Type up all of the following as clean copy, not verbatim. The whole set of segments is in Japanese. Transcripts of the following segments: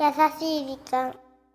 優しい時間。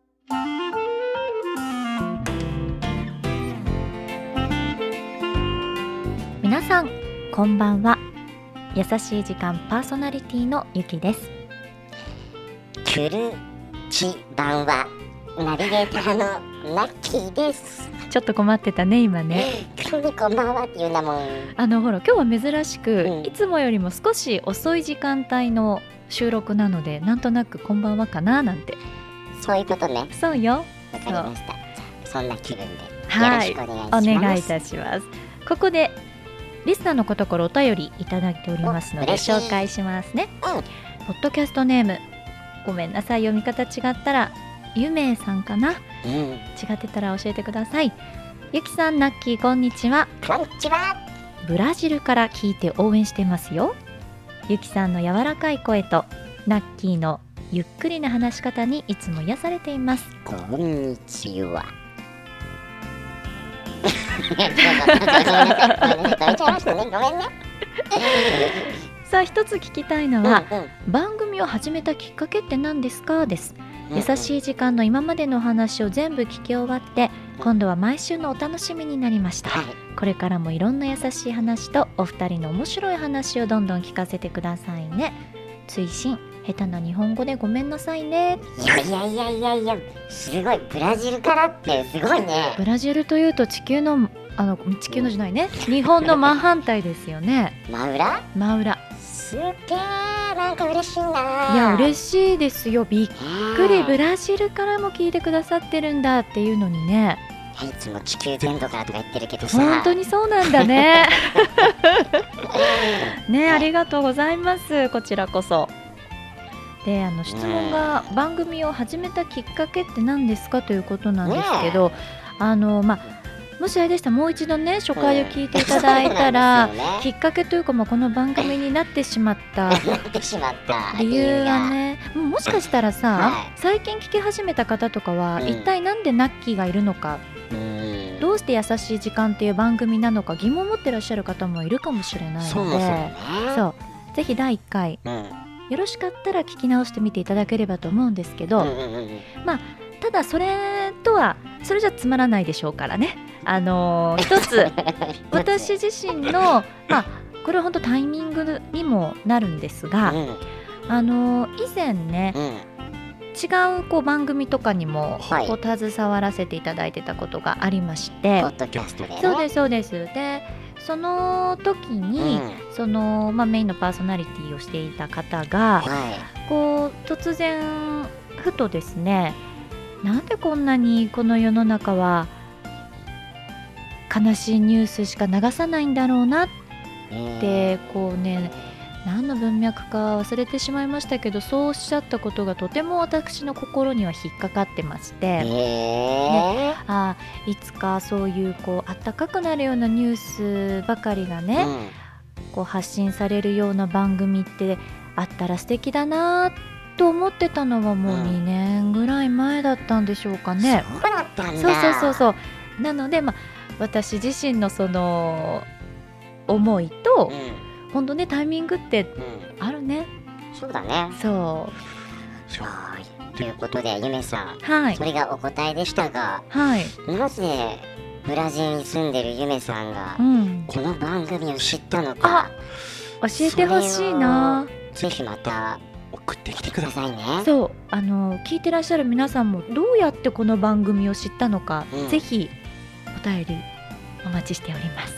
皆さんこんばんは。優しい時間パーソナリティのゆきです。 くるちばんはナビゲーターのラッキーです。 ちょっと困ってたね今ね。 こんばんはって言うんだもん。 ほら今日は珍しく、 いつもよりも少し遅い時間帯の収録なので、なんとなくこんばんはかななんて。 そういうことね。 そうよ。 わかりました。じゃあそんな気分でよろはいしくお願いします。 お願いいたします。ここでリスナーの方からお便りいただいておりますので嬉しい紹介しますね。ポッドキャストネーム、ごめんなさい読み方違ったらゆめいさんかな、違ってたら教えてください。ゆきさん、ナッキー、こんにちは。 こんにちは。 ブラジルから聞いて応援してますよ。ゆきさんの柔らかい声とナッキーのゆっくりな話し方にいつも癒されています。 こんにちは。ごめんね。 さあ、一つ聞きたいのは、番組を始めたきっかけって何ですかです。優しい時間の今までのお話を全部聞き終わって、今度は毎週のお楽しみになりました。これからもいろんな優しい話とお二人の面白い話をどんどん聞かせてくださいね。追伸、下手な日本語でごめんなさいね。 いや、すごい。ブラジルからってすごいね。 ブラジルというと地球のじゃないね、日本の真反対ですよね。真裏。 すっげー、なんか嬉しいな。 いや嬉しいですよ。びっくり。ブラジルからも聞いてくださってるんだっていうのにね。 いつも地球全土からとか言ってるけどさ、 本当にそうなんだね。ね、ありがとうございます。こちらこそ。で、質問が番組を始めたきっかけって何ですかということなんですけど、もしあれでしたらもう一度ね初回を聞いていただいたら、きっかけというか、この番組になってしまった理由はね、もしかしたらさ、最近聞き始めた方とかは、一体なんでナッキーがいるのか、どうして優しい時間っていう番組なのか疑問を持ってらっしゃる方もいるかもしれないので、そうぜひ第1回、よろしかったら聞き直してみていただければと思うんですけど、ただそれじゃつまらないでしょうからね。一つ私自身のこれは本当タイミングにもなるんですが、以前ね、違う番組とかにも携わらせていただいてたことがありまして、 ポッドキャストでね。 そうです。でその時に、メインのパーソナリティをしていた方が、突然ふとですね、なんでこんなにこの世の中は悲しいニュースしか流さないんだろうなって、何の文脈か忘れてしまいましたけど、そうおっしゃったことがとても私の心には引っかかってまして、いつかそういうあったかくなるようなニュースばかりがね、発信されるような番組ってあったら素敵だなと思ってたのはもう2年ぐらい前だったんでしょうかね。 そうだったんだ。 そうなので、私自身のその思いと、本当ね、タイミングってあるね。 そうだね。ということで、ゆめさん、それがお答えでしたが、なぜブラジルに住んでるゆめさんが、この番組を知ったのか、 教えてほしいな。 ぜひまた送ってきてくださいね。 聞いてらっしゃる皆さんもどうやってこの番組を知ったのか、ぜひお便りお待ちしております。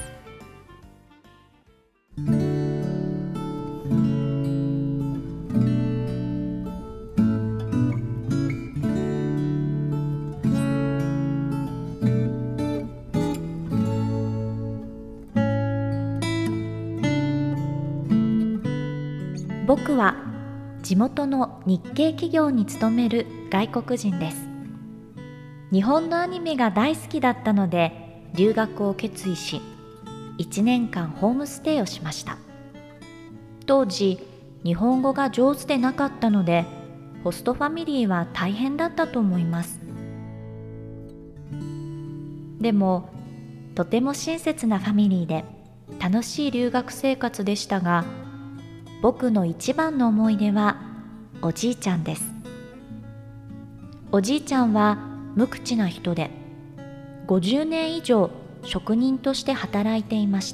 僕は地元の日系企業に勤める外国人です。日本のアニメが大好きだったので留学を決意し、1年間ホームステイをしました。当時日本語が上手でなかったので、ホストファミリーは大変だったと思います。でもとても親切なファミリーで楽しい留学生活でしたが、僕の一番の思い出はおじいちゃんです。 おじいちゃんは無口な人で、50年以上職人として働いていました。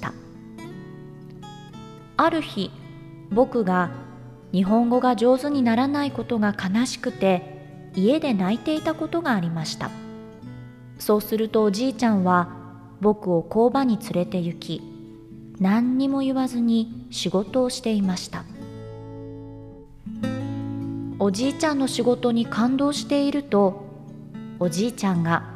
ある日、僕が日本語が上手にならないことが悲しくて家で泣いていたことがありました。そうするとおじいちゃんは僕を工場に連れて行き、何にも言わずに仕事をしていました。おじいちゃんの仕事に感動していると、おじいちゃんが、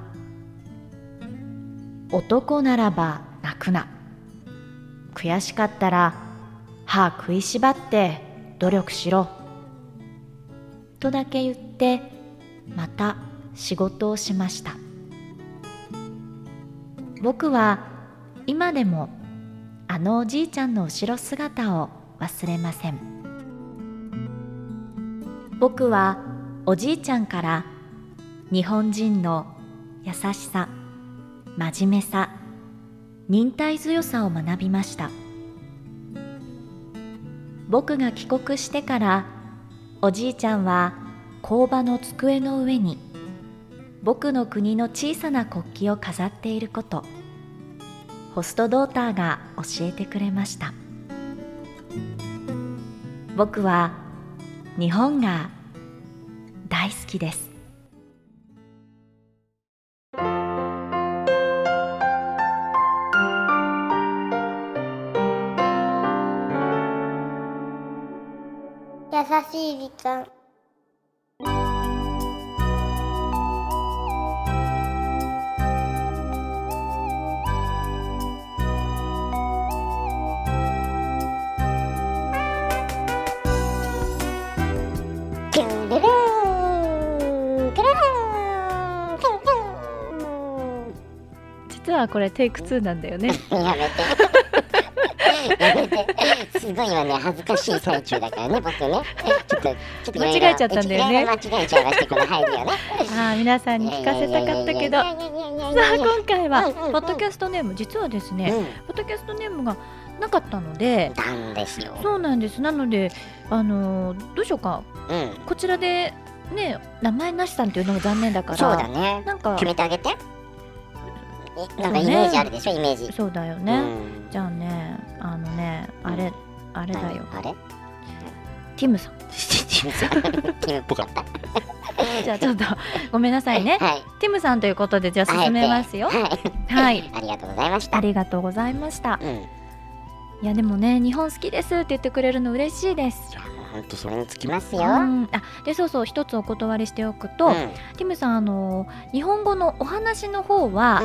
男ならば泣くな、悔しかったら歯食いしばって努力しろとだけ言って、また仕事をしました。僕は今でもあのおじいちゃんの後ろ姿を忘れません。僕はおじいちゃんから日本人の優しさ、真面目さ、忍耐強さを学びました。僕が帰国してからおじいちゃんは工場の机の上に僕の国の小さな国旗を飾っていること、ホストドーターが教えてくれました。僕は日本が大好きです。 優しい時間。 実はこれテイク2なんだよね。 やめてやめて、すごい今ね、恥ずかしい最中だからね、僕ね、ちょっと間違えちゃったんだよね。 間違えちゃいまして、この入りをね。 皆さんに聞かせたかったけど、さあ今回はポッドキャストネーム、実はですね、ポッドキャストネームがなかったので、 なんですよ。 そうなんです。なのでどうしようか、こちらでね、名前なしさんっていうのが残念だから、 そうだね、 なんか決めてあげて。なんかイメージあるでしょ、イメージ。 そうだよね。じゃあね、あれだよ。 あれ？ ティムさん。 ティムっぽかった。 じゃあちょっとごめんなさいね。ティムさんということで、じゃあ進めますよ。はい。 ありがとうございました。 ありがとうございました。いやでもね、日本好きですって言ってくれるの嬉しいです。 本当それにつきますよ。 で、そう一つお断りしておくと、ティムさん日本語のお話の方は、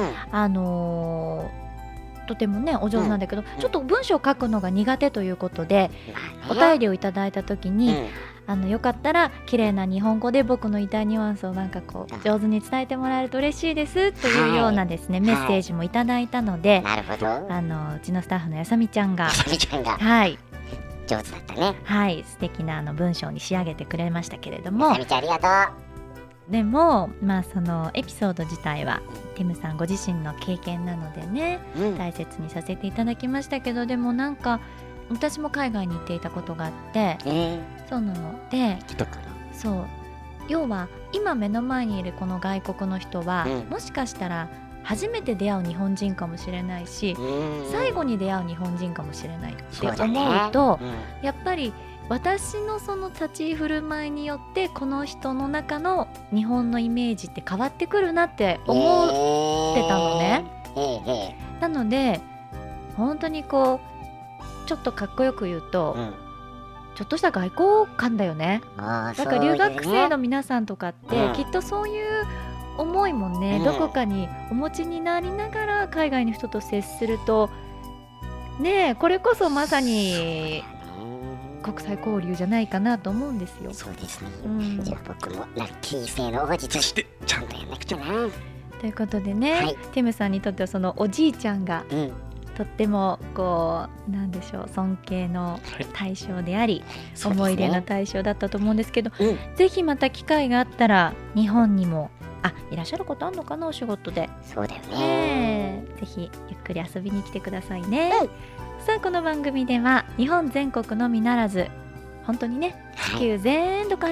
とてもねお上手なんだけど、ちょっと文章を書くのが苦手ということで、お便りをいただいた時に、よかったら綺麗な日本語で僕の言いたいニュアンスをなんかこう上手に伝えてもらえると嬉しいですというようなですね、メッセージもいただいたので、 なるほど。 うちのスタッフのやさみちゃんがはい上手だったね。 はい、素敵な文章に仕上げてくれましたけれども、 やさみちゃんありがとう。 でもそのエピソード自体はティムさんご自身の経験なのでね、大切にさせていただきましたけど、でもなんか私も海外に行っていたことがあって、そうなので、そう要は今目の前にいるこの外国の人は、もしかしたら初めて出会う日本人かもしれないし、最後に出会う日本人かもしれないって思うと、やっぱり私のその立ち居振る舞いによってこの人の中の日本のイメージって変わってくるなって思ってたのね。なので本当にこうちょっとかっこよく言うと、ちょっとした外交官だよね。だから留学生の皆さんとかって、きっとそういう思いもね、どこかにお持ちになりながら海外の人と接するとね、これこそまさに国際交流じゃないかなと思うんですよ。 そうですね、じゃあ僕もラッキー星の王子としてちゃんとやらなくちゃな。 ということでね、ティムさんにとってはそのおじいちゃんが、とってもこうなんでしょう、尊敬の対象であり、思い出の対象だったと思うんですけど、ぜひまた機会があったら日本にもいらっしゃることあるのかな、お仕事で。 そうだよね。 ぜひゆっくり遊びに来てくださいね。さあこの番組では日本全国のみならず、本当にね地球全土から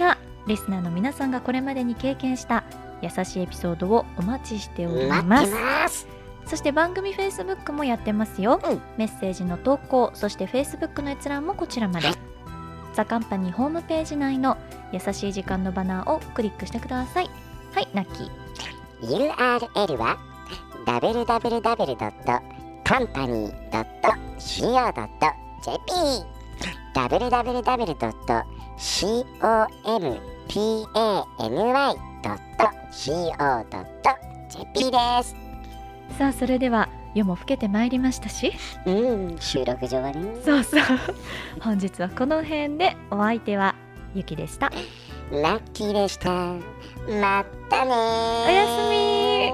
リスナーの皆さんがこれまでに経験した優しいエピソードをお待ちしております。 待ってます。 そして番組 Facebook もやってますよ、メッセージの投稿、そして Facebook の閲覧もこちらまで、ザカンパニーホームページ内の優しい時間のバナーをクリックしてください。はい、ナッキー。URL は www.company.co.jp www.company.co.jp です。 さあ、それでは夜も更けてまいりましたし、 収録上はね。 そう本日はこの辺で、お相手はゆきでした。 ラッキーでした。またね。 おやすみ。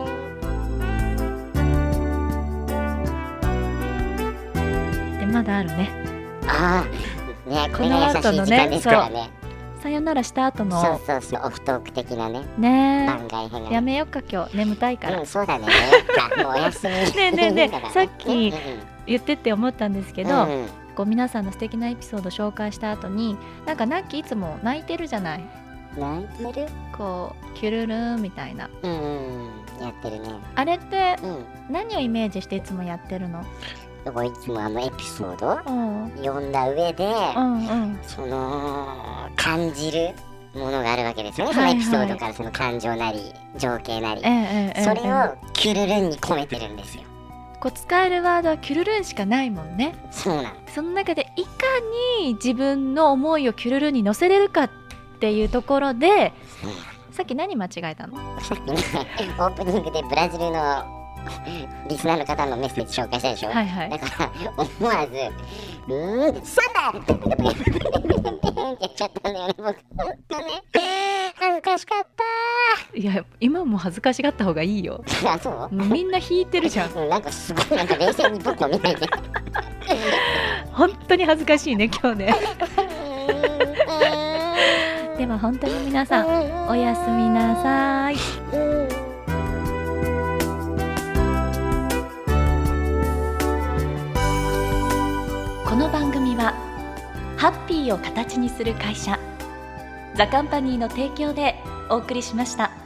でまだあるね。 この後のね、 さよならした後のオフトーク的なね番外編が、 やめよっか、今日眠たいから。 そうだね。もうおやすみ。 ねさっき言ってって思ったんですけど、こう皆さんの素敵なエピソード紹介した後に、なんかナッキーいつも泣いてるじゃない。 泣いてる？ こうキュルルーンみたいな、 やってるね。 あれって、何をイメージしていつもやってるの？ いつもエピソード、読んだ上で、その感じるものがあるわけですよね、そのエピソードからその感情なり情景なり、それをキュルルンに込めてるんですよ。 こう使えるワードはキュルルンしかないもんね。 そうなん。 その中でいかに自分の思いをキュルルンに乗せれるかっていうところで、さっき何間違えたの？ さっきね、オープニングでブラジルのリスナーの方のメッセージ紹介したでしょ。だから思わずサンダーってやっちゃったんだよね、僕。恥ずかしかった。 いや、今も恥ずかしがった方がいいよ。 そう？ みんな引いてるじゃん。 なんかすごい冷静に僕を見ないで。 本当に恥ずかしいね、今日ね。では本当に皆さん、おやすみなさい。この番組はハッピーを形にする会社ザカンパニーの提供でお送りしました。